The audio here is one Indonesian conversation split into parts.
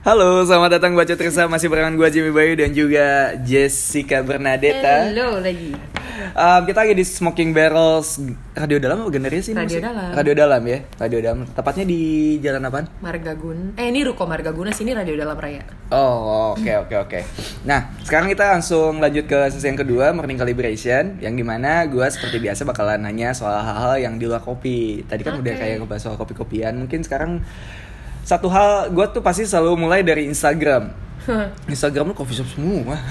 Halo, selamat datang Bacot Resah. Masih barengan gue Jimmy Bayu dan juga Jessica Bernadetta. Halo lagi. Kita lagi di Smoking Barrels Radio Dalam apa generasi ini? Radio Dalam. Radio Dalam ya, Radio Dalam. Tepatnya di jalan apaan? Margagun. Ini Ruko Margaguna, sini Radio Dalam Raya. Oh, oke. Nah, sekarang kita langsung lanjut ke sesi yang kedua, Morning Calibration, yang dimana gue seperti biasa bakalan nanya soal hal-hal yang di luar kopi. Tadi kan udah kayak ngebahas soal kopi-kopian. Mungkin sekarang satu hal, gue tuh pasti selalu mulai dari Instagram. Instagram lu coffee shop semua.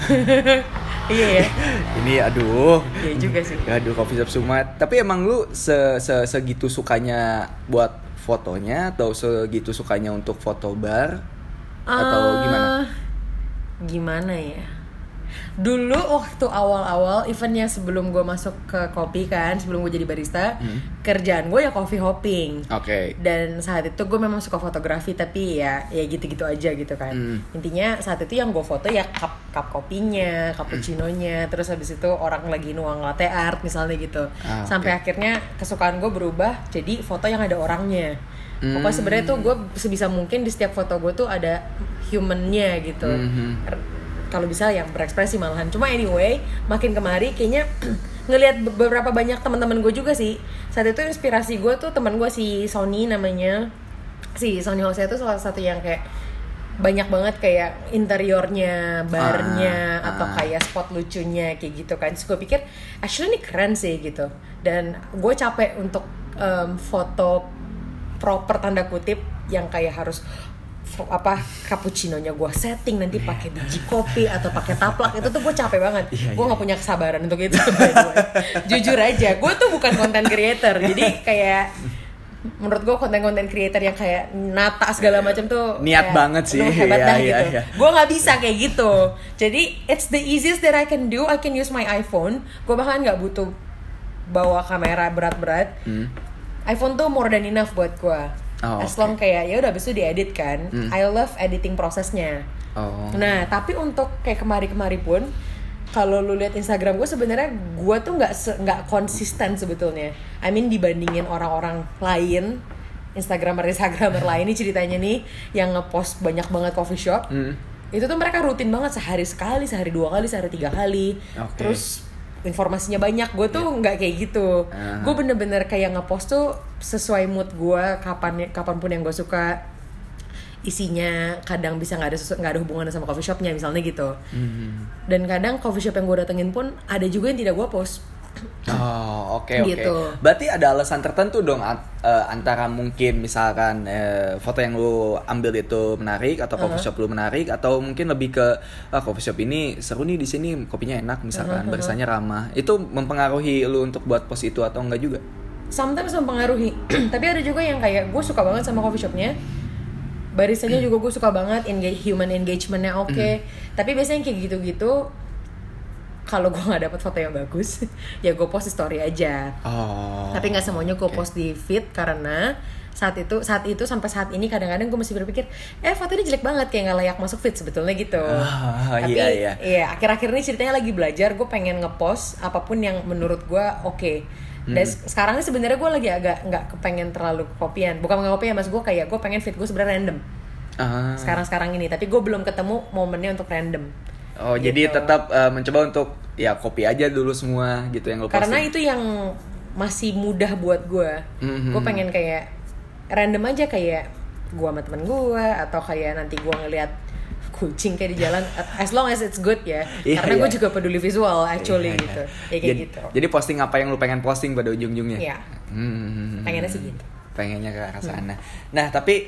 Iya ya. Ini aduh. Iya juga sih. Aduh, coffee shop semua. Tapi emang lu segitu sukanya buat fotonya atau segitu sukanya untuk foto bar atau gimana? Gimana ya? Dulu waktu awal-awal eventnya sebelum gue masuk ke kopi kan, sebelum gue jadi barista, kerjaan gue ya coffee hopping. Oke. Dan saat itu gue memang suka fotografi, tapi ya gitu-gitu aja gitu kan. Intinya saat itu yang gue foto ya cup kopinya, cappuccinonya, terus habis itu orang lagi nuang latte art misalnya gitu. Sampai akhirnya kesukaan gue berubah jadi foto yang ada orangnya. Pokoknya sebenarnya tuh gue sebisa mungkin di setiap foto gue tuh ada humannya gitu. Kalau bisa yang berekspresi malahan. Cuma anyway, makin kemari kayaknya ngelihat beberapa banyak teman-teman gue juga sih. Saat itu inspirasi gue tuh teman gue si Sony namanya. Si Sony Jose itu salah satu yang kayak banyak banget kayak interiornya, barnya, atau kayak spot lucunya kayak gitu kan. Terus gue pikir actually ini keren sih gitu. Dan gue capek untuk foto proper tanda kutip yang kayak harus cappuccinonya gue setting nanti pakai biji kopi atau pakai taplak, itu tuh gue capek banget. Gue nggak punya kesabaran untuk itu. Jujur aja, gue tuh bukan content creator, jadi kayak menurut gue konten creator yang kayak nata segala macam tuh niat banget sih, hebat dah gitu. Gue nggak bisa kayak gitu. Jadi it's the easiest that I can do. I can use my iPhone. Gue bahkan nggak butuh bawa kamera berat-berat. iPhone tuh more than enough buat gue. As long kayak ya udah, habis itu diedit kan. I love editing prosesnya. Nah tapi untuk kayak kemari pun, kalau lu lihat Instagram gue sebenarnya gue tuh nggak konsisten sebetulnya. I mean dibandingin orang-orang lain, Instagramer lain nih ceritanya nih yang ngepost banyak banget coffee shop. Itu tuh mereka rutin banget, sehari sekali, sehari 2 kali, sehari 3 kali. Terus informasinya banyak. Gue tuh nggak kayak gitu. Gue bener-bener kayak ngepost tuh sesuai mood gue, kapanpun yang gue suka. Isinya kadang bisa nggak ada hubungannya sama coffee shopnya misalnya gitu. Dan kadang coffee shop yang gue datengin pun ada juga yang tidak gue post. Oke. Gitu. Berarti ada alasan tertentu dong antara mungkin misalkan foto yang lu ambil itu menarik atau coffee shop lu menarik, atau mungkin lebih ke coffee shop ini seru nih, di sini kopinya enak misalkan, barisanya ramah. Itu mempengaruhi lu untuk buat post itu atau enggak juga? Sometimes mempengaruhi. Tapi ada juga yang kayak gue suka banget sama coffee shopnya, baristanya juga gue suka banget, human engagementnya oke. Tapi biasanya kayak gitu-gitu, kalau gue nggak dapet foto yang bagus, ya gue post di story aja. Tapi nggak semuanya gue post di feed, karena saat itu sampai saat ini kadang-kadang gue masih berpikir, foto ini jelek banget, kayak nggak layak masuk feed sebetulnya gitu. Tapi iya, akhir-akhir ini ceritanya lagi belajar, gue pengen ngepost apapun yang menurut gue oke. Dan sekarang ini sebenarnya gue lagi agak nggak kepengen terlalu kopian, bukan nggak kopian, mas gue kayak gue pengen feed gue sebenarnya random. Sekarang ini, tapi gue belum ketemu momennya untuk random. Gitu. Jadi tetap mencoba untuk ya kopi aja dulu semua gitu yang lo posting. Karena itu yang masih mudah buat gue. Gue pengen kayak random aja, kayak gue sama temen gue, atau kayak nanti gue ngeliat kucing kayak di jalan, as long as it's good ya. Karena gue juga peduli visual actually gitu. Ya kayak gitu. Jadi posting apa yang lo pengen posting pada ujung-ujungnya. Iya. Pengennya sih gitu. Pengennya ke arah sana. Nah tapi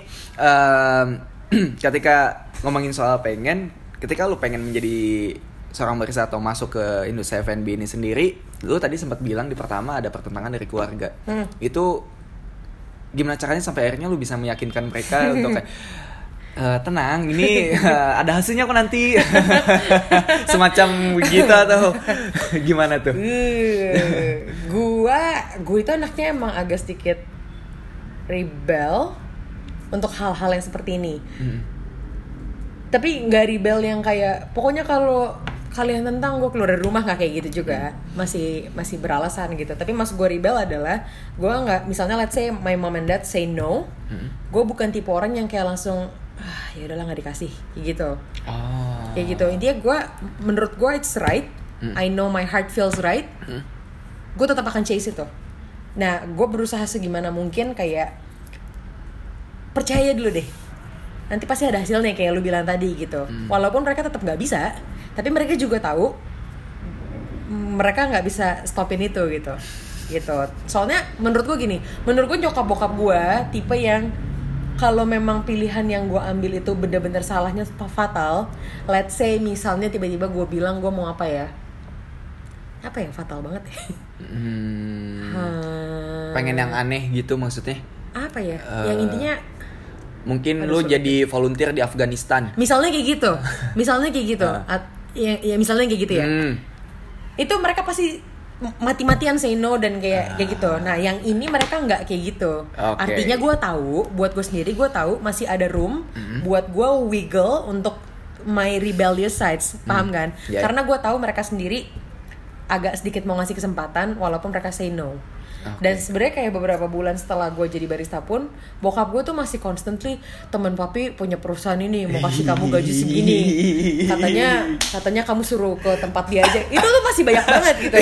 ketika ngomongin soal ketika lu pengen menjadi seorang barista atau masuk ke industri F&B ini sendiri, lu tadi sempat bilang di pertama ada pertentangan dari keluarga. Itu gimana caranya sampai akhirnya lu bisa meyakinkan mereka untuk kayak tenang, ini ada hasilnya kok nanti. Semacam begitu atau gimana tuh? Gue itu anaknya emang agak sedikit rebel untuk hal-hal yang seperti ini. Tapi nggak rebel yang kayak pokoknya kalau kalian tentang gue keluar dari rumah, nggak kayak gitu juga. Masih beralasan gitu. Tapi maksud gue rebel adalah gue nggak, misalnya let's say my mom and dad say no, gue bukan tipe orang yang kayak langsung ya udahlah nggak dikasih kayak gitu. Oh. Kayak gitu. Intinya menurut gue it's right. I know my heart feels right. Gue tetap akan chase itu. Nah, gue berusaha segimana mungkin kayak percaya dulu deh. Nanti pasti ada hasilnya kayak lu bilang tadi gitu. Walaupun mereka tetap nggak bisa, tapi mereka juga tahu mereka nggak bisa stopin itu gitu. Soalnya menurut gue gini, menurut gue nyokap bokap gue tipe yang kalau memang pilihan yang gue ambil itu benar-benar salahnya fatal, let's say misalnya tiba-tiba gue bilang gue mau apa ya fatal banget ya. Pengen yang aneh gitu maksudnya? Apa ya? Yang intinya mungkin lu jadi volunteer di Afghanistan. Misalnya kayak gitu. Ya misalnya kayak gitu ya. Itu mereka pasti mati-matian say no dan kayak gitu. Nah, yang ini mereka nggak kayak gitu. Okay. Artinya gue tahu, buat gue sendiri gue tahu masih ada room buat gue wiggle untuk my rebellious sides, paham kan? Yeah. Karena gue tahu mereka sendiri agak sedikit mau ngasih kesempatan walaupun mereka say no. Okay. Dan sebenarnya kayak beberapa bulan setelah gue jadi barista pun, bokap gue tuh masih constantly, teman papi punya perusahaan ini mau kasih kamu gaji segini, katanya kamu suruh ke tempat dia aja. Itu tuh masih banyak banget gitu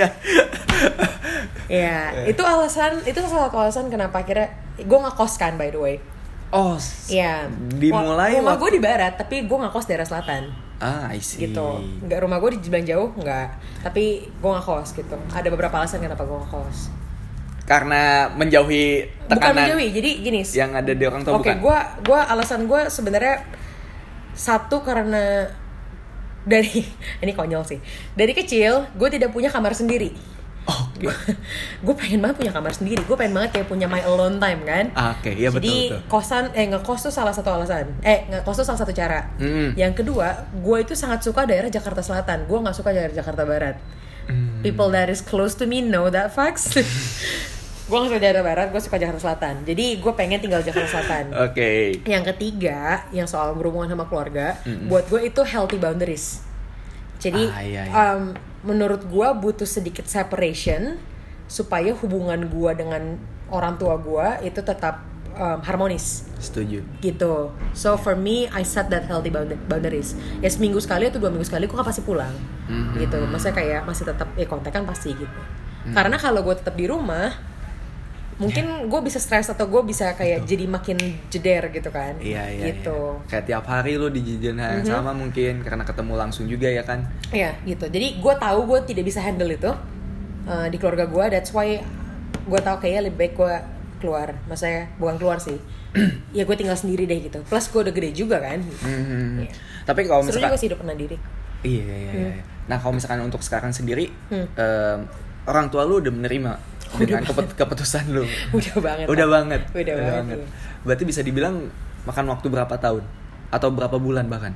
ya. Itu salah satu alasan kenapa akhirnya gue ngekos kan, by the way. Oh, iya. Dimulai rumah gue di barat, tapi gue ngekos daerah selatan. I see. Gitu. Nggak, rumah gue dibilang jauh, nggak. Tapi gue ngekos gitu. Ada beberapa alasan kenapa gue ngekos. Karena menjauhi tekanan. Bukan menjauhi, jadi gini. Yang ada di orang tua bukan? Oke, gue alasan gue sebenarnya satu karena dari ini konyol sih. Dari kecil gue tidak punya kamar sendiri. Okay. Gue pengen banget punya kamar sendiri. Gue pengen banget kayak punya my alone time kan. Oke, iya betul. Jadi ngekos tuh salah satu alasan. Ngekos tuh salah satu cara. Yang kedua, gue itu sangat suka daerah Jakarta Selatan. Gue nggak suka daerah Jakarta Barat. People that is close to me know that facts. Gue nggak suka daerah Barat, gue suka Jakarta Selatan. Jadi gue pengen tinggal Jakarta Selatan. Oke. Yang ketiga, yang soal berhubungan sama keluarga, buat gue itu healthy boundaries. Jadi menurut gue butuh sedikit separation supaya hubungan gue dengan orang tua gue itu tetap harmonis. Setuju. Gitu. So for me, I set that healthy boundaries. Ya seminggu sekali atau 2 minggu sekali gue kan pasti pulang. Gitu. Maksudnya kayak masih tetap kontekan pasti gitu. Karena kalau gue tetap di rumah, mungkin gue bisa stres atau gue bisa kayak jadi makin jeder gitu kan. Iya. Gitu. Kayak tiap hari lo di jajan yang sama mungkin karena ketemu langsung juga ya kan. Iya gitu. Jadi gue tahu gue tidak bisa handle itu di keluarga gue. That's why gue tahu kayaknya lebih baik gue keluar. Maksudnya bukan keluar sih. Ya gue tinggal sendiri deh gitu. Plus gue udah gede juga kan. Iya. Tapi kalau misalkan seru juga sih hidup mandiri. Iya. Nah kalau misalkan untuk sekarang sendiri orang tua lu udah menerima dengan keputusan lu? Udah banget. Udah banget. Iya. Berarti bisa dibilang makan waktu berapa tahun? Atau berapa bulan bahkan?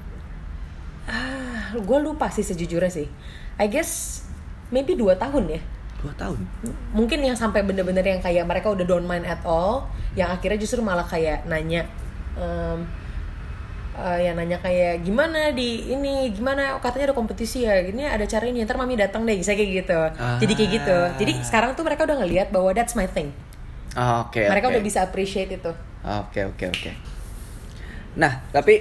Gue lupa sih sejujurnya sih. I guess maybe 2 tahun ya. 2 tahun? Mungkin yang sampai bener-bener yang kayak mereka udah don't mind at all. Yang akhirnya justru malah kayak nanya kayak gimana katanya ada kompetisi ya, gini ada cara ini, ntar mami datang deh, bisa kayak gitu. Jadi kayak gitu. Jadi sekarang tuh mereka udah ngelihat bahwa that's my thing. Mereka udah bisa appreciate itu. Oke. Nah tapi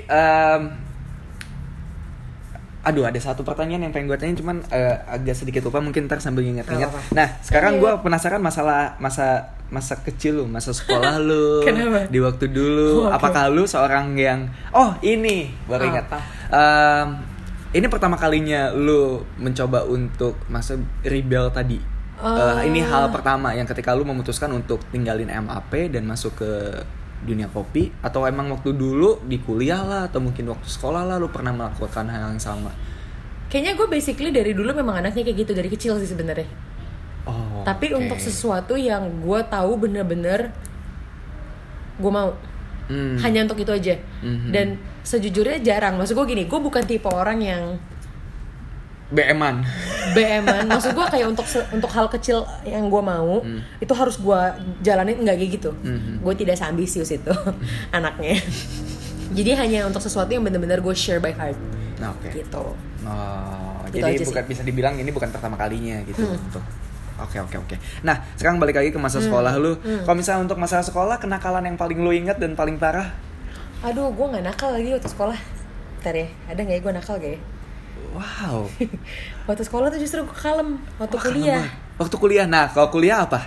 ada satu pertanyaan yang pengen gue tanya, cuman agak sedikit lupa, mungkin ntar sambil inget-inget. Nah sekarang gue penasaran masalah masa kecil lu, masa sekolah lu. Kenapa? Di waktu dulu. Okay. Apakah lu seorang yang ini baru ingat. Ini pertama kalinya lu mencoba untuk masa rebel tadi. Ini hal pertama yang ketika lu memutuskan untuk tinggalin MAP dan masuk ke dunia kopi, atau emang waktu dulu di kuliah lah atau mungkin waktu sekolah lah lu pernah melakukan hal yang sama? Kayaknya gue basically dari dulu memang anaknya kayak gitu dari kecil sih sebenarnya. Tapi untuk sesuatu yang gue tahu bener-bener gue mau, hanya untuk itu aja. Dan sejujurnya jarang. Maksud gue gini, gue bukan tipe orang yang BM-an. Maksud gue kayak untuk hal kecil yang gue mau itu harus gue jalanin, enggak kayak gitu. Gue tidak seambisius itu anaknya. Jadi hanya untuk sesuatu yang benar-benar gue share by heart. Gitu. Jadi bukan sih. Bisa dibilang ini bukan pertama kalinya gitu untuk. Oke. Nah, sekarang balik lagi ke masa sekolah lu. Kalau misalnya untuk masa sekolah, kenakalan yang paling lu ingat dan paling parah? Aduh, gue nggak nakal lagi waktu sekolah. Ntar ya, ada nggak ya gue nakal gak ya? Wow. Waktu sekolah tuh justru gue kalem. Waktu kuliah. Waktu kuliah, nah kalau kuliah apa?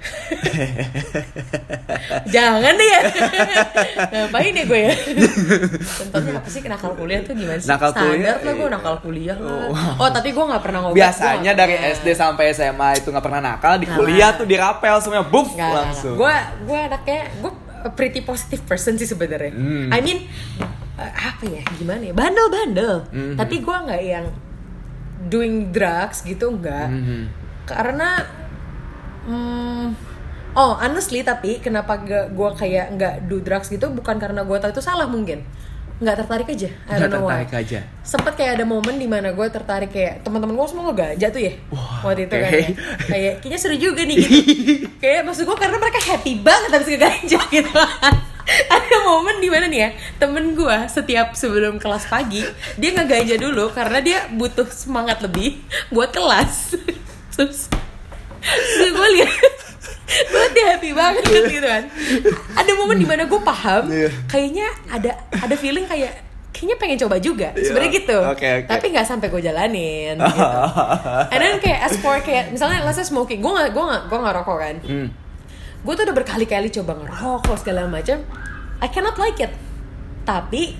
Jangan deh ya. Ngapain ya gue ya? Contohnya apa sih nakal kuliah tuh gimana sih? Nakal Standar kuliah, lah gue nakal kuliah lah. Oh. Oh tapi gue gak pernah ngobat. Biasanya dari SD sampai SMA itu gak pernah nakal, di kuliah tuh dirapel semuanya, buff langsung. Gue anaknya, gue pretty positive person sih sebenarnya. I mean, apa ya, gimana ya, bandel-bandel. Tapi gue gak yang doing drugs gitu, enggak. Karena honestly, tapi kenapa gue kayak nggak do drugs gitu bukan karena gue tahu itu salah, mungkin nggak tertarik aja. I don't know why. Sempet kayak ada momen dimana gue tertarik, kayak teman-teman gue semua ngeganja tuh ya. Waktu itu kan ya. Kayaknya seru juga nih gitu. Kayak maksud gue karena mereka happy banget habis ngeganja gitu. Ada momen dimana nih ya, temen gue setiap sebelum kelas pagi dia ngeganja dulu karena dia butuh semangat lebih buat kelas. Terus gue lihat dia happy banget gitu kan. Ada momen dimana gue paham, kayaknya ada feeling kayaknya pengen coba juga sebenarnya gitu. Okay. Tapi nggak sampai gue jalanin gitu. And then kayak as for kayak misalnya let's say smoking, gue nggak rokok kan. Gue tuh udah berkali-kali coba ngerokok segala macam, I cannot like it. Tapi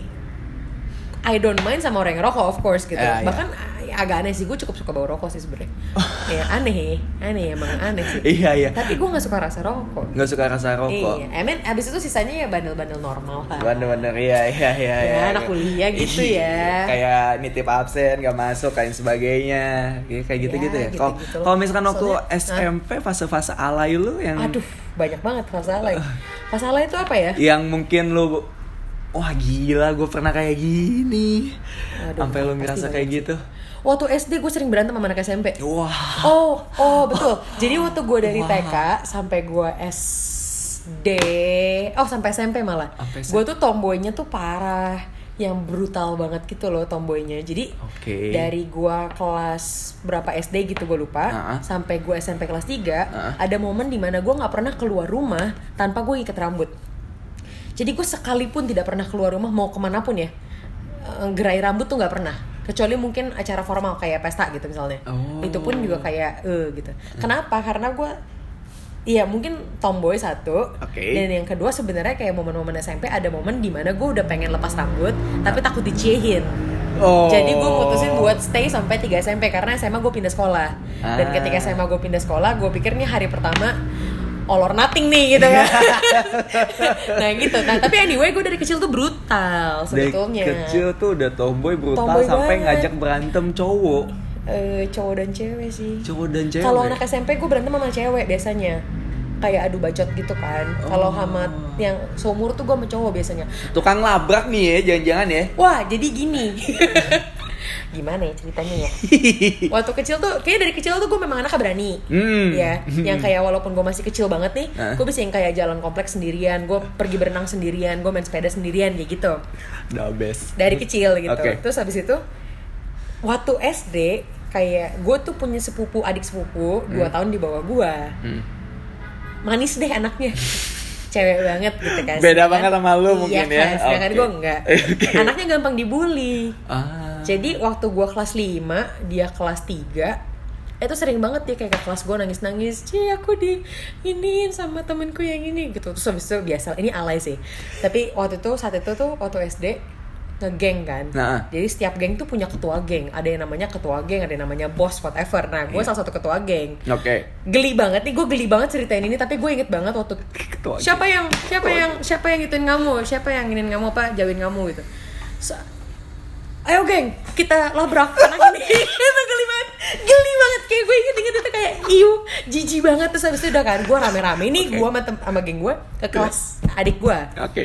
I don't mind sama orang yang rokok, of course gitu. Bahkan agak aneh sih, gue cukup suka bawa rokok sih sebenarnya. Ya aneh emang aneh sih. Iya. Tapi gue nggak suka rasa rokok. Nggak suka rasa rokok. Iya. I mean, abis itu sisanya ya bandel-bandel normal lah. Bandel-bandel, iya. Ya, anak kuliah gitu ya. Kayak nitip absen, nggak masuk, kayak sebagainya. Kayak gitu-gitu ya. Kalau misalkan waktu SMP fase-fase alay lu yang, aduh, banyak banget fase alay. Fase alay itu apa ya? Yang mungkin lu, wah gila, gue pernah kayak gini. Sampai lu ngerasa kayak gitu. Waktu SD gue sering berantem sama anak SMP. Wah. Oh betul. Jadi waktu gue dari TK sampai gue SD, sampai SMP malah. Gue tuh tomboynya tuh parah, yang brutal banget gitu loh tomboynya. Jadi dari gue kelas berapa SD gitu gue lupa, sampai gue SMP kelas 3, ada momen dimana gue nggak pernah keluar rumah tanpa gue ikat rambut. Jadi gue sekalipun tidak pernah keluar rumah mau kemanapun ya, gerai rambut tuh nggak pernah. Kecuali mungkin acara formal kayak pesta gitu misalnya. Itu pun juga kayak gitu. Kenapa? Karena gue mungkin tomboy satu. Dan yang kedua sebenarnya kayak momen-momen SMP ada momen dimana gue udah pengen lepas rambut tapi takut dicihin. Jadi gue putusin buat stay sampai 3 SMP karena SMA gue pindah sekolah. Dan ketika SMA gue pindah sekolah, gue pikir nih hari pertama all or nothing nih gitu kan. Nah gitu. Nah tapi anyway, gue dari kecil tuh brutal sebetulnya. Dari kecil tuh udah tomboy sampai ngajak berantem cowok. Cowok dan cewek sih. Cowok dan cewek. Kalau anak SMP gue berantem sama cewek biasanya. Kayak adu bacot gitu kan. Kalau sama yang seumur tuh gue sama cowok biasanya. Tukang labrak nih ya, jangan-jangan ya. Wah, jadi gini. Gimana ya ceritanya ya? Waktu kecil tuh, kayaknya dari kecil tuh gue memang anaknya berani. Ya, yang kayak walaupun gue masih kecil banget nih, gue bisa yang kayak jalan kompleks sendirian, gue pergi berenang sendirian, gue main sepeda sendirian kayak gitu. The best. Dari kecil gitu. Terus habis itu waktu SD kayak gue tuh punya adik sepupu 2 tahun di bawah gue. Manis deh anaknya. Cewek banget gitu kan. Beda banget sama lu mungkin ya. Sedangkan gue enggak. Anaknya gampang dibully. Jadi waktu gue kelas 5, dia kelas 3, itu sering banget dia kayak ke kelas gue nangis-nangis, aku diinin sama temenku yang ini gitu. Terus habis itu biasa, ini alay sih. Tapi saat itu tuh waktu SD ngegeng kan. Jadi setiap geng tuh punya ketua geng. Ada yang namanya ketua geng, ada yang namanya bos whatever. Nah gue salah satu ketua geng. Geli banget nih, gue geli banget ceritain ini. Tapi gue inget banget waktu siapa yang ituin kamu, siapa yang ingin kamu apa jauhin kamu gitu. Ayo geng, kita labrak anak ini. Itu geli banget. Kayak gue inget itu kayak jijik banget. Terus habis itu udah kan, gue rame-rame nih, gue sama geng gue ke kelas adik gue.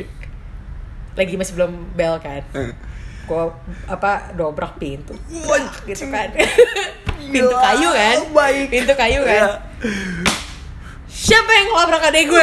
Lagi masih belum bel kan. Gue dobrak pintu gitu kan. Pintu kayu kan. Pintu kayu kan. Siapa yang labrak adik gue?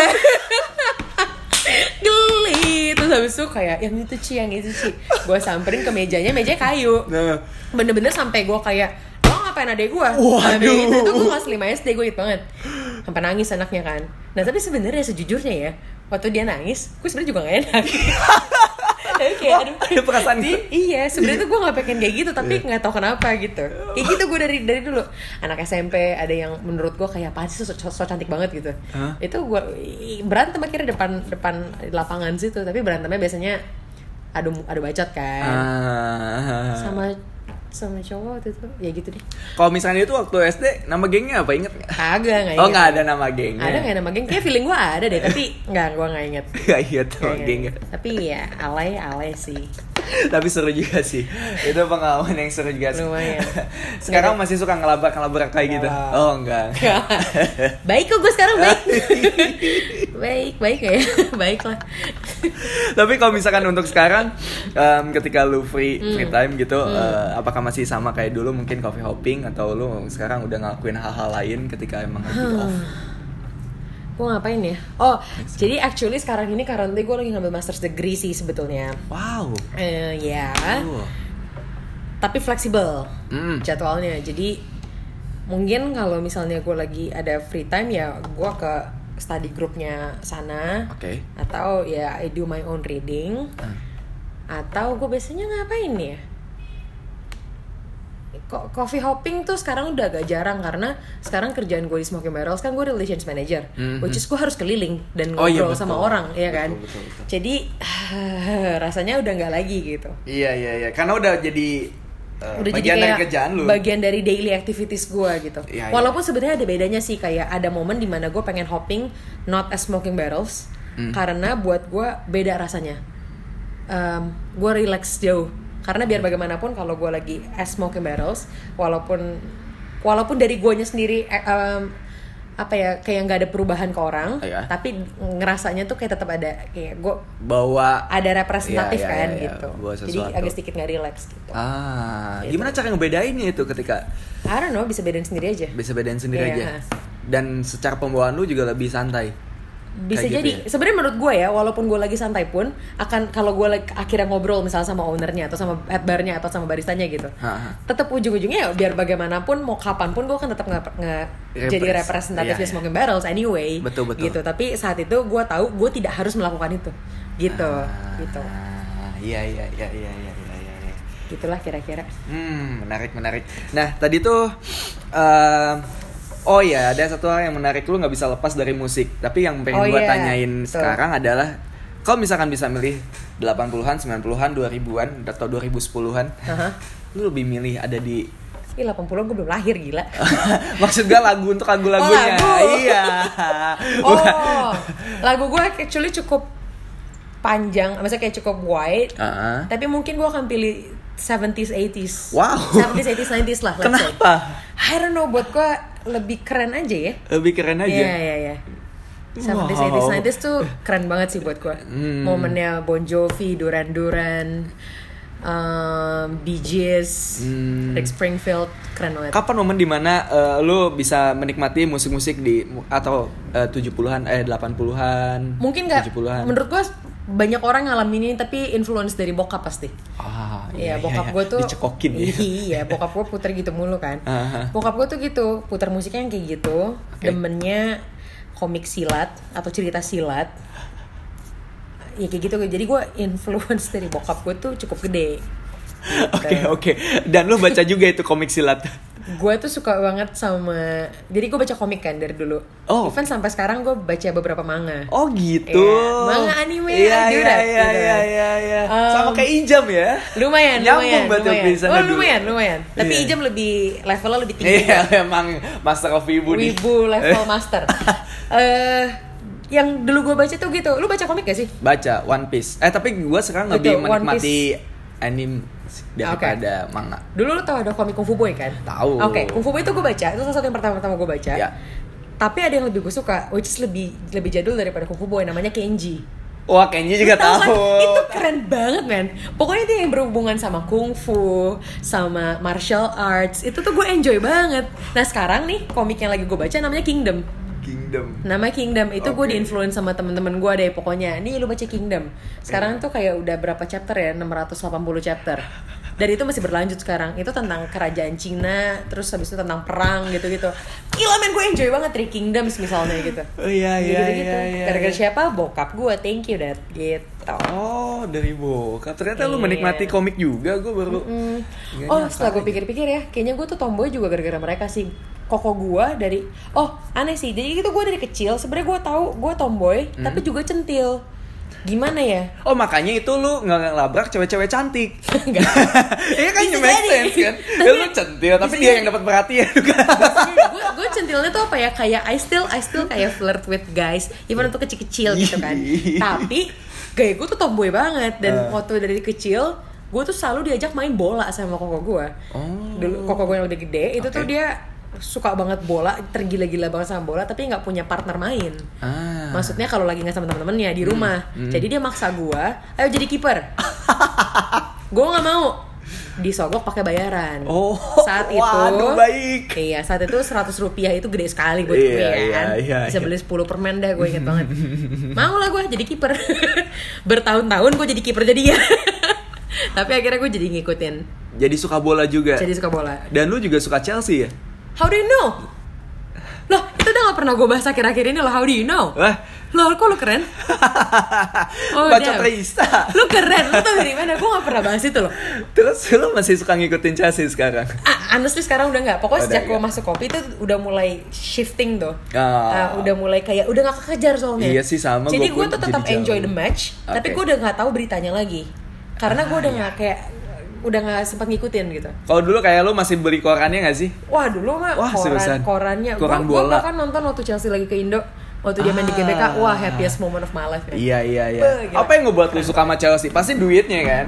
Geli. Terus habis itu kayak yang itu Ci gue samperin ke mejanya kayu. Bener-bener sampai gue kayak, lo ngapain adek gue? Itu gue kelas 5 SD, gue inget banget. Sampai nangis anaknya kan. Nah tapi sebenarnya sejujurnya ya, waktu dia nangis, gue sebenarnya juga gak enak. Kayak aduh. Ada perasaan gitu. Iya, sebenarnya tuh gue nggak pengen kayak gitu, tapi nggak tahu kenapa gitu. Kayak gitu gue dari dulu. Anak SMP ada yang menurut gue kayak apa sih so cantik banget gitu. Itu gue berantem akhirnya depan lapangan situ, tapi berantemnya biasanya adu bacot kan. Sama cowok waktu itu ya gitu deh. Kalau misalnya itu waktu SD nama gengnya apa, inget nggak? Kagak, nggak inget. Oh, nggak ada nama gengnya. Ada nggak nama geng? Kayak feeling gue ada deh, tapi gue nggak inget. Nggak inget nama gengnya. Tapi ya alay sih. Tapi seru juga sih. Itu pengalaman yang seru juga sih. Lumayan. Sekarang masih suka ngelabrak kayak gitu? Oh, enggak. Baik kok gue sekarang, baik. baik ya. Baik lah. Tapi kalau misalkan untuk sekarang, ketika lu free time gitu, apakah masih sama kayak dulu, mungkin coffee hopping, atau lu sekarang udah ngelakuin hal-hal lain ketika emang lagi off? Gue ngapain ya? Oh, jadi actually sekarang ini currently gue lagi ngambil master's degree sih sebetulnya. Wow. Ya. Tapi fleksibel jadwalnya. Jadi mungkin kalau misalnya gue lagi ada free time ya gue ke study groupnya sana. Oke. Atau ya I do my own reading. Atau gue biasanya ngapain ya? Coffee hopping tuh sekarang udah agak jarang karena sekarang kerjaan gue di Smoking Barrels kan gue relations manager, which is gue harus keliling dan ngobrol sama orang, ya kan. Betul. Jadi rasanya udah nggak lagi gitu. Iya, karena udah jadi udah bagian jadi dari kerjaan lu, bagian dari daily activities gue gitu. Ya, walaupun sebenarnya ada bedanya sih, kayak ada momen dimana gue pengen hopping not as Smoking Barrels karena buat gue beda rasanya. Gue relax jauh. Karena biar bagaimanapun kalau gue lagi as Smoking Barrels, walaupun dari guanya sendiri kayak nggak ada perubahan ke orang, tapi ngerasanya tuh kayak tetap ada, kayak gue bawa ada representatif gitu. Jadi agak sedikit nggak relax gitu. Gitu. Gimana cara ngebedainnya itu ketika? I don't know, bisa bedain sendiri aja. Aja. Dan secara pembawaan lu juga lebih santai. Bisa kayak jadi gitu ya? Sebenarnya menurut gue ya, walaupun gue lagi santai pun akan, kalau gue akhirnya ngobrol misalnya sama ownernya atau sama head barnya atau sama baristanya gitu, tetap ujung-ujungnya ya biar bagaimanapun mau kapan pun gue kan tetap jadi representatif di Smoking Barrels anyway. Betul. Gitu. Tapi saat itu gue tahu gue tidak harus melakukan itu gitu. Iya. Gitulah kira-kira. Menarik. Nah tadi tuh oh ya, ada satu hal yang menarik, lu nggak bisa lepas dari musik. Tapi yang pengen gue tanyain sekarang adalah, kalau misalkan bisa milih 80-an, 90-an, 2000-an, atau 2010-an, lu lebih milih ada di... 80-an gue belum lahir, gila. Maksud gue lagu untuk lagu-lagunya. Iya. Lagu gue actually cukup panjang, maksudnya kayak cukup wide. Tapi mungkin gue akan pilih 70s, 80s. Wow. 70s, 80s, 90s lah. Kenapa? I don't know, buat gue lebih keren aja ya. Iya. 70s, 80s, 90s tuh keren banget sih buat gue. Momennya Bon Jovi, Duran Duran, Bee Gees, Rick Springfield, keren banget. Kapan momen dimana lu bisa menikmati musik-musik di atau 70-an, 80-an? Mungkin nggak. 70-an. Menurut gue banyak orang ngalamin ini, tapi influence dari bokap pasti. Iya, bokap gue tuh dicekokin ya. Iya, bokap gue puter gitu mulu kan. Bokap gue tuh gitu, puter musiknya yang kayak gitu. Demennya komik silat atau cerita silat. Ya kayak gitu. Jadi gue influence dari bokap gue tuh cukup gede. Gitu. Oke. Dan lu baca juga itu komik silat? Gue tuh suka banget sama, jadi gue baca komik kan dari dulu. Even sampai sekarang gue baca beberapa manga. Oh gitu. Manga anime. Iya. Sama kayak Ijam ya. Lumayan. Lumayan. Tapi Ijam lebih levelnya lebih tinggi. Iya, emang master of wibu nih. Wibu level master. Yang dulu gue baca tuh gitu. Lu baca komik gak sih? Baca One Piece. Tapi gue sekarang lebih menikmati anime daripada manga. Dulu lu tau ada komik Kung Fu Boy kan? Tahu. Kung Fu Boy itu gue baca. Itu salah satu yang pertama gue baca. Ya. Tapi ada yang lebih gue suka, which is lebih jadul daripada Kung Fu Boy, namanya Kenji. Wah, Kenji juga tahu. Kan? Itu keren banget, men. Pokoknya dia yang berhubungan sama Kung Fu, sama martial arts. Itu tuh gue enjoy banget. Nah, sekarang nih komik yang lagi gue baca namanya Kingdom. Nama Kingdom itu gue di-influence sama temen-temen gue deh, pokoknya nih lu baca Kingdom. Sekarang tuh kayak udah berapa chapter ya, 680 chapter. Dan itu masih berlanjut sekarang. Itu tentang kerajaan Cina, terus habis itu tentang perang gitu-gitu. Gila men, gue enjoy banget Three Kingdoms misalnya gitu. Oh iya. Gara-gara siapa? Bokap gue, thank you dad gitu. Oh, dari bokap. Ternyata lu menikmati komik juga, gue baru. Setelah gue pikir-pikir ya, kayaknya gue tuh tomboy juga gara-gara mereka sih. Koko gue dari, aneh sih. Jadi gitu gue dari kecil, sebenarnya gue tahu gue tomboy, tapi juga centil. Gimana ya? Oh, makanya itu lu nggak ngelabrak cewek-cewek cantik. Enggak. Iya kan, Bisa make jadi. sense kan. Lu centil, tapi dia yang dapat perhatian. Gue centilnya tuh apa ya, kayak I still kayak flirt with guys, even untuk kecil-kecil gitu kan. Tapi gaya gue tuh tomboy banget. Dan waktu dari kecil gue tuh selalu diajak main bola sama koko gue. Dulu koko gue yang udah gede itu tuh dia suka banget bola, tergila-gila banget sama bola, tapi nggak punya partner main. Maksudnya kalau lagi nggak sama temen-temennya di rumah, jadi dia maksa gue, ayo jadi kiper. Gue nggak mau, disogok pakai bayaran. Saat itu, waduh, baik. Iya, saat itu 100 rupiah itu gede sekali buat gue kan. Bisa beli 10 permen dah, gue inget banget. Mau lah gue jadi kiper. Bertahun-tahun gue jadi kiper jadinya. Tapi akhirnya gue jadi ngikutin. Jadi suka bola juga. Jadi suka bola. Dan lu juga suka Chelsea ya? How do you know? Loh, itu udah gak pernah gue bahas akhir-akhir ini loh. How do you know? Wah. Loh, kok lu keren? Baca Trista. Lu keren, lu tau dari mana? Gue gak pernah bahas itu loh. Terus lu masih suka ngikutin Chelsea sekarang? Honestly sekarang udah gak. Pokoknya sejak gue masuk kopi itu udah mulai shifting tuh. Udah mulai kayak, udah gak kekejar soalnya. Iya sih, sama. Jadi gue tuh tetap enjoy the match, tapi gue udah gak tahu beritanya lagi. Karena gue udah gak kayak, udah gak sempat ngikutin gitu. Kalau dulu kayak lu masih beli korannya gak sih? Wah dulu mah korannya. Gue bahkan nonton waktu Chelsea lagi ke Indo, waktu dia main di GBK. Wah, happiest moment of my life ya. Iya. Apa yang ngebuat lu suka sama Chelsea? Pasti duitnya kan?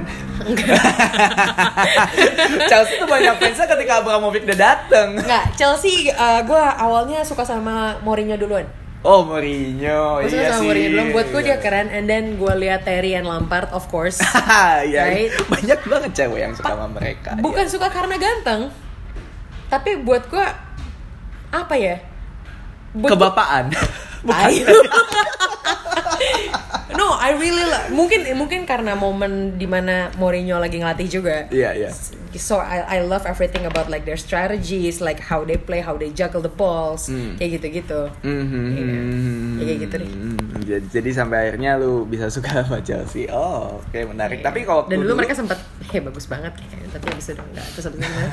Chelsea tuh banyak fansnya ketika Abramovich udah dateng. Enggak, Chelsea gue awalnya suka sama Mourinho duluan. Oh, Mourinho, iya sama sih. Mourinho dulu, buat gue dia keren. And then gue lihat Terry and Lampard, of course. Iya, right? Banyak banget cewek yang suka sama mereka. Bukan suka karena ganteng, tapi buat gue apa ya? Kebapaan. Bukan. No, I really mungkin karena momen dimana Mourinho lagi ngelatih juga. Iya. So I love everything about like their strategies, like how they play, how they juggle the balls, kayak gitu. Ya, kayak gitu deh. Jadi sampai akhirnya lu bisa suka sama Chelsea. Oh, oke, menarik. Tapi kalau dan dulu mereka sempat bagus banget kayaknya, tapi abis itu enggak, terus abis itu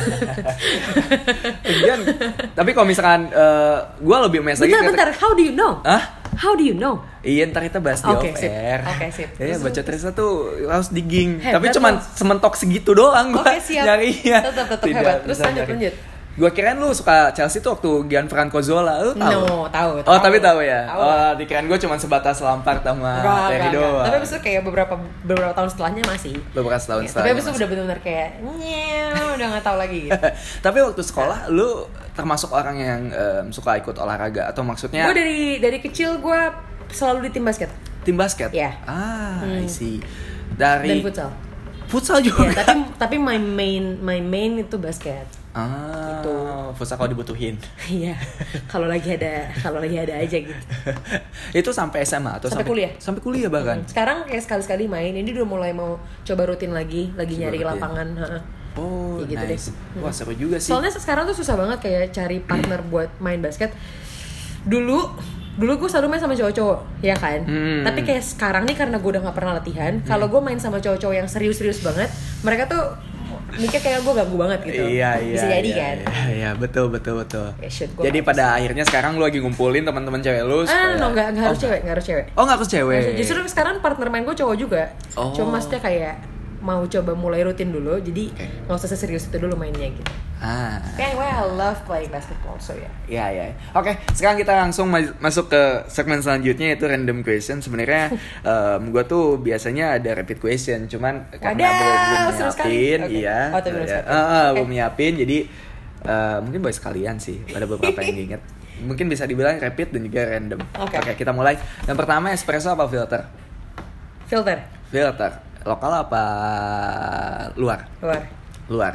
tapi kalau misalkan gue lebih mes lagi. Bentar, how do you know? How do you know? Iya, ntar kita bahas di off-air. Sip. Iya, baca Trista tuh harus digging. Tapi cuma sementok segitu doang gue nyarinya. Tetap hebat. Terus lanjut. Gue kirain lu suka Chelsea tuh waktu Gianfranco Zola, lu tahu? No, tahu. Oh, tapi tahu ya. Dikirain gue cuma sebatas Lampard sama Terry doang. Tapi abis itu kayak beberapa tahun setelahnya masih. Beberapa tahun setelahnya. Tapi abis itu udah benar-benar kayak udah nggak tahu lagi. Gitu. Tapi waktu sekolah lu termasuk orang yang suka ikut olahraga atau maksudnya? Gue dari kecil gue selalu di tim basket. Tim basket? Iya. I see. Dan futsal. Futsal juga. Ya, tapi my main itu basket. Gitu. Futsal kalau dibutuhin. Iya. Kalau lagi ada aja gitu. Itu sampai SMA atau sampai kuliah? Sampai kuliah bahkan. Sekarang kayak sekali-sekali main. Ini udah mulai mau coba rutin lagi nyari lapangan. Oh, gitu nice. Deh. Wah, seru juga sih. Soalnya sekarang tuh susah banget kayak cari partner buat main basket. Dulu gue selalu main sama cowok-cowok, ya kan? Tapi kayak sekarang nih karena gue udah gak pernah latihan, kalau gue main sama cowok-cowok yang serius-serius banget, mereka tuh mikir kayak gue ganggu banget gitu. Iya. Bisa jadi kan? Iya, betul. Jadi pada akhirnya sekarang lu lagi ngumpulin teman-teman cewek lu. Nggak harus cewek. Oh, nggak harus cewek. Justru sekarang partner main gue cowok juga. Cuma maksudnya kayak mau coba mulai rutin dulu, jadi nggak usah serius itu dulu mainnya gitu. Anyway, I love playing basketball, so ya. Iya. Oke, sekarang kita langsung masuk ke segmen selanjutnya, yaitu random question. Sebenarnya gue tuh biasanya ada rapid question, cuman karena belum nyiapin, belum nyiapin, jadi mungkin buat sekalian sih. Ada beberapa yang diinget. Mungkin bisa dibilang rapid dan juga random. Oke, kita mulai. Yang pertama, espresso apa filter? Filter. Lokal apa luar? Luar.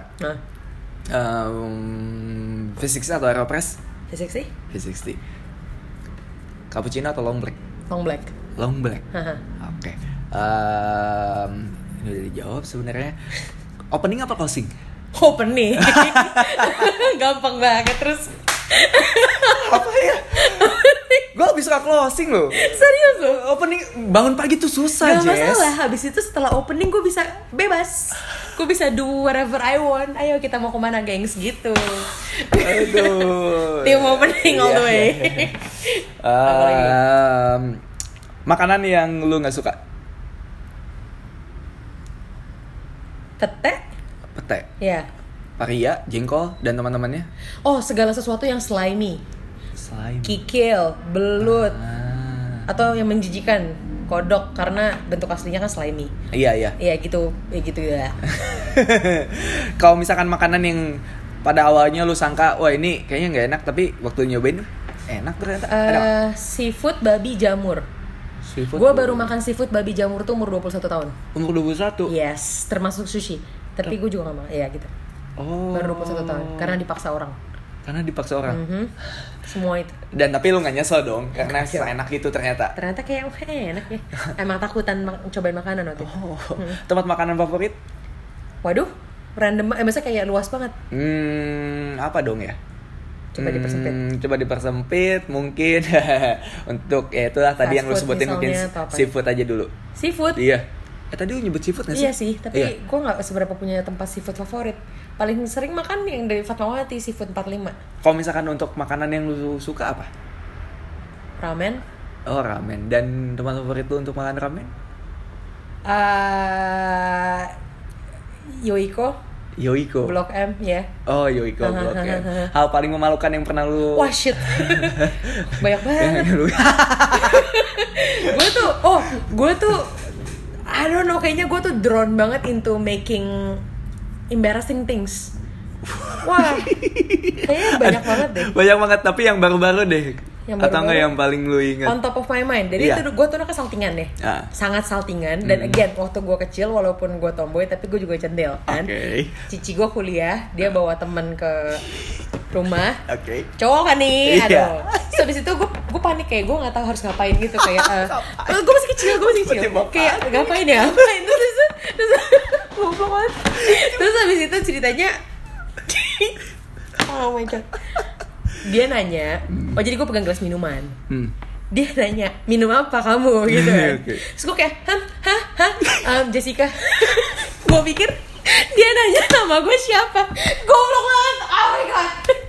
V60 atau Aeropress? V60. Cappuccino atau long black? Long black. Oke. Ini udah dijawab sebenarnya. Opening apa closing? Opening. Gampang banget. Terus Apa ya? Gue lebih suka closing loh. Serius loh? Opening bangun pagi tuh susah, Gak Jess. masalah, habis itu setelah opening gue bisa bebas. Gue bisa do whatever I want. Ayo kita mau kemana gengs gitu. Aduh. Tim opening all the way. Makanan yang lu gak suka? Pete? Pete, Ya. paria, jengkol, dan teman-temannya. Oh, segala sesuatu yang slimy. Slime. Kikil, belut, Ah. atau yang menjijikan, kodok karena bentuk aslinya kan slimy. Iya. Iya gitu, ya. Kalau misalkan makanan yang pada awalnya lu sangka, wah ini kayaknya nggak enak, tapi waktu nyobain enak ternyata. Ada Seafood babi jamur. seafood. Gue baru makan seafood babi jamur tuh umur 21 tahun. Umur 21. Yes, termasuk sushi. Tapi gue juga gak makan, ya gitu. Oh. Baru 21 tahun, karena dipaksa orang. Karena dipaksa orang. Semua itu. Dan tapi lu nggak nyesel dong, karena seenak itu ternyata. Ternyata kayak enak ya. Emang takutan cobain makanan waktu itu. Oh. Tempat makanan favorit? Waduh, random, maksudnya kayak luas banget. Apa dong ya? Coba dipersempit. Coba dipersempit mungkin. Untuk ya itulah tadi Fast yang lu food sebutin mungkin misalnya, atau apa? seafood aja dulu. Seafood? Iya. Tadi lu nyebut seafood gak sih? Iya sih, tapi Iya. gue gak seberapa punya tempat seafood favorit. Paling sering makan yang dari Fatmawati, seafood 45. Kalau misalkan untuk makanan yang lu suka apa? Ramen. Oh, ramen. Dan tempat favorit lu untuk makan ramen? Yoiko, Yoiko. Blok M, ya. Oh, Yoiko Blok M. Hal paling memalukan yang pernah lu Wah shit, banyak banget. yang lu gue tuh I don't know, kayaknya gue tuh drawn banget into making embarrassing things. Wah, kayaknya banyak banget deh. Banyak banget, tapi yang baru-baru deh. Yang Atau baru-baru enggak yang paling lu ingat? On top of my mind. Jadi Iya. itu gue tuh anaknya saltingan deh. Ah. Sangat saltingan. Dan again, waktu gue kecil walaupun gue tomboy, tapi gue juga cendel kan. Oke. Cici gue kuliah, dia bawa temen ke rumah. Oke. Cowok kan nih, Iya. aduh. Terus habis itu gue panik, kayak gue nggak tahu harus ngapain gitu, kayak gue masih kecil, kayak ngapain terus goblok banget. Terus habis itu ceritanya oh my god, dia nanya, oh jadi gue pegang gelas minuman, dia nanya minum apa kamu gitu kan. Oke. Terus gue kayak Jessica. Gue pikir dia nanya nama gue siapa, goblok banget, oh my god.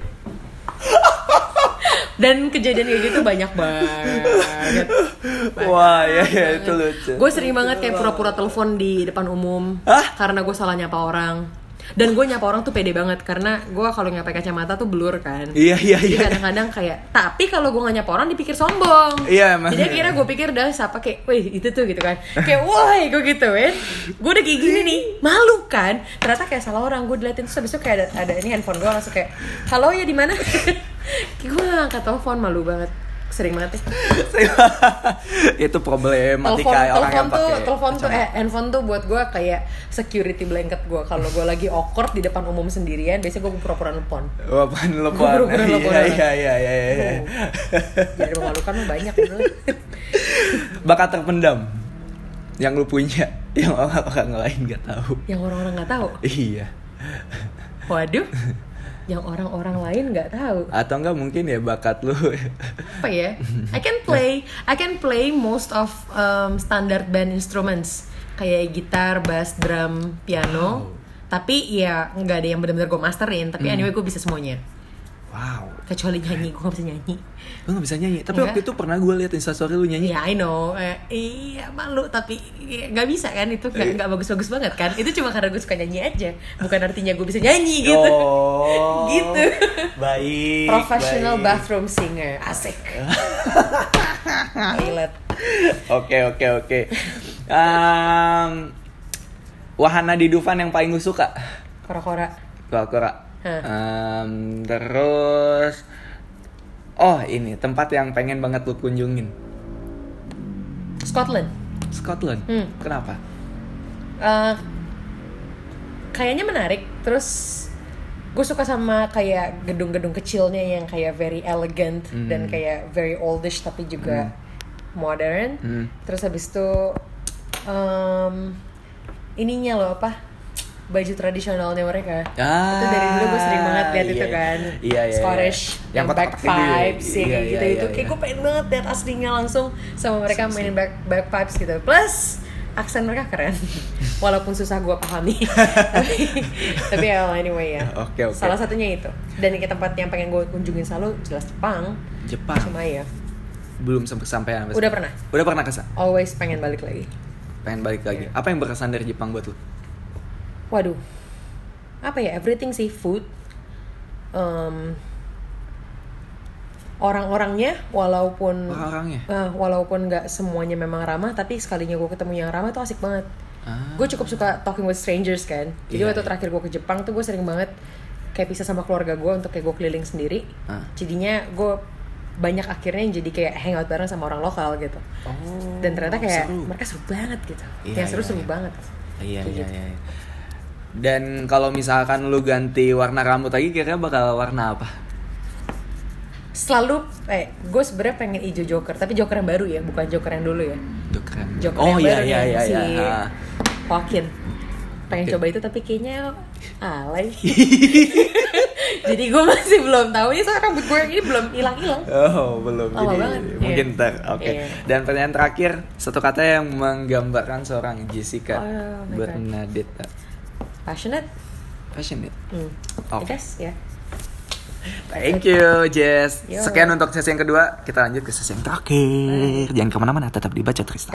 Dan kejadian kayak gitu banyak banget. Wah, ya itu lucu. Gue sering banget kayak pura-pura telepon di depan umum. Hah? Karena gue salah nyapa orang. Dan gue nyapa orang tuh pede banget, karena gue kalau nyapa kacamata tuh blur kan. Iya. Jadi kadang-kadang kayak, tapi kalau gue nggak nyapa orang dipikir sombong. Iya, emang. Jadi akhirnya gue pikir udah siapa kayak, wih itu tuh gitu kan. Kayak woi gue gituin. Gue udah kayak gini nih, malu kan. Ternyata kayak salah orang, gue diliatin terus habis itu kayak ada ini handphone gue langsung kayak, halo ya di mana? Gue angkat telepon, malu banget. Sering banget ya. Itu problematika orang yang pakai Handphone tuh buat gue kayak security blanket gue. Kalau gue lagi awkward di depan umum sendirian, biasanya gue pura-pura nelpon. Wah, telepon. Iya. Jadi memalukan mah banyak gitu. Bakat terpendam yang lu punya, yang orang lain nggak tahu. Yang orang-orang nggak tahu. Iya. Waduh. Yang orang-orang lain nggak tahu. Atau enggak mungkin ya bakat lu. Apa ya? I can play most of standard band instruments kayak gitar, bass, drum, piano. Tapi ya nggak ada yang benar-benar gue masterin. Tapi anyway gue bisa semuanya. Wow. Kecuali nyanyi, gue nggak bisa nyanyi. Lu nggak bisa nyanyi. Tapi Enggak. waktu itu pernah gue liat instastory lu nyanyi. Ya I know, iya malu tapi nggak bisa kan, itu nggak bagus-bagus banget kan. Itu cuma karena gue suka nyanyi aja, bukan artinya gue bisa nyanyi gitu. Oh. Gitu. Baik. Professional baik. bathroom singer, asik. Toilet. Oke. Wahana di Dufan yang paling lu suka? Kora-kora. Kora-kora. Terus ini tempat yang pengen banget lu kunjungin. Scotland. Kenapa? Kayaknya menarik. Terus gue suka sama kayak gedung-gedung kecilnya yang kayak very elegant dan kayak very oldish tapi juga modern. Terus habis itu ininya loh apa? baju tradisionalnya mereka. Ah, Itu dari dulu gue sering banget lihat iya. itu kan. Iya, iya, Scottish, iya. yang kotak-kotak bagpipes, gitu. ya kayak gitu. Itu kayak iya. gue pengen banget lihat aslinya langsung sama mereka mainin bagpipes gitu. Plus aksen mereka keren, walaupun susah gue pahami. tapi anyway ya. Oke. Salah satunya itu. Dan ke tempat yang pengen gue kunjungin selalu jelas Jepang. Cuma ya. Belum sampai Udah pernah. Udah pernah kesana? Always pengen balik lagi. Pengen balik lagi. Iya. Apa yang berkesan dari Jepang buat lu? Waduh, apa ya, everything sih, food, orang-orangnya walaupun nggak semuanya memang ramah, tapi sekalinya gue ketemu yang ramah tuh asik banget. Gue cukup suka talking with strangers kan, jadi waktu terakhir gue ke Jepang tuh gue sering banget kayak pisah sama keluarga gue untuk kayak gue keliling sendiri. Jadinya gue banyak akhirnya jadi kayak hangout bareng sama orang lokal gitu. Dan ternyata kayak mereka seru banget gitu. Yang seru banget. Iya. Dan kalau misalkan lu ganti warna rambut lagi, kira-kira bakal warna apa? Selalu, gue sebenarnya pengen hijau Joker, tapi Joker yang baru ya, bukan Joker yang dulu ya. Joker yang baru yang si Joaquin. Pengen coba itu, tapi kayaknya alay. Jadi gue masih belum tahu, ya soalnya rambut gue yang ini belum hilang-hilang. Oh, belum. Lama jadi banget. mungkin ntar. Oke. Dan pertanyaan terakhir, satu kata yang menggambarkan seorang Jessica Bernadetta. Passionate. Okay. I guess, ya. Thank you, Jess. Yo. Sekian untuk sesi yang kedua. Kita lanjut ke sesi yang terakhir. Jangan kemana-mana, tetap di Baca Trista.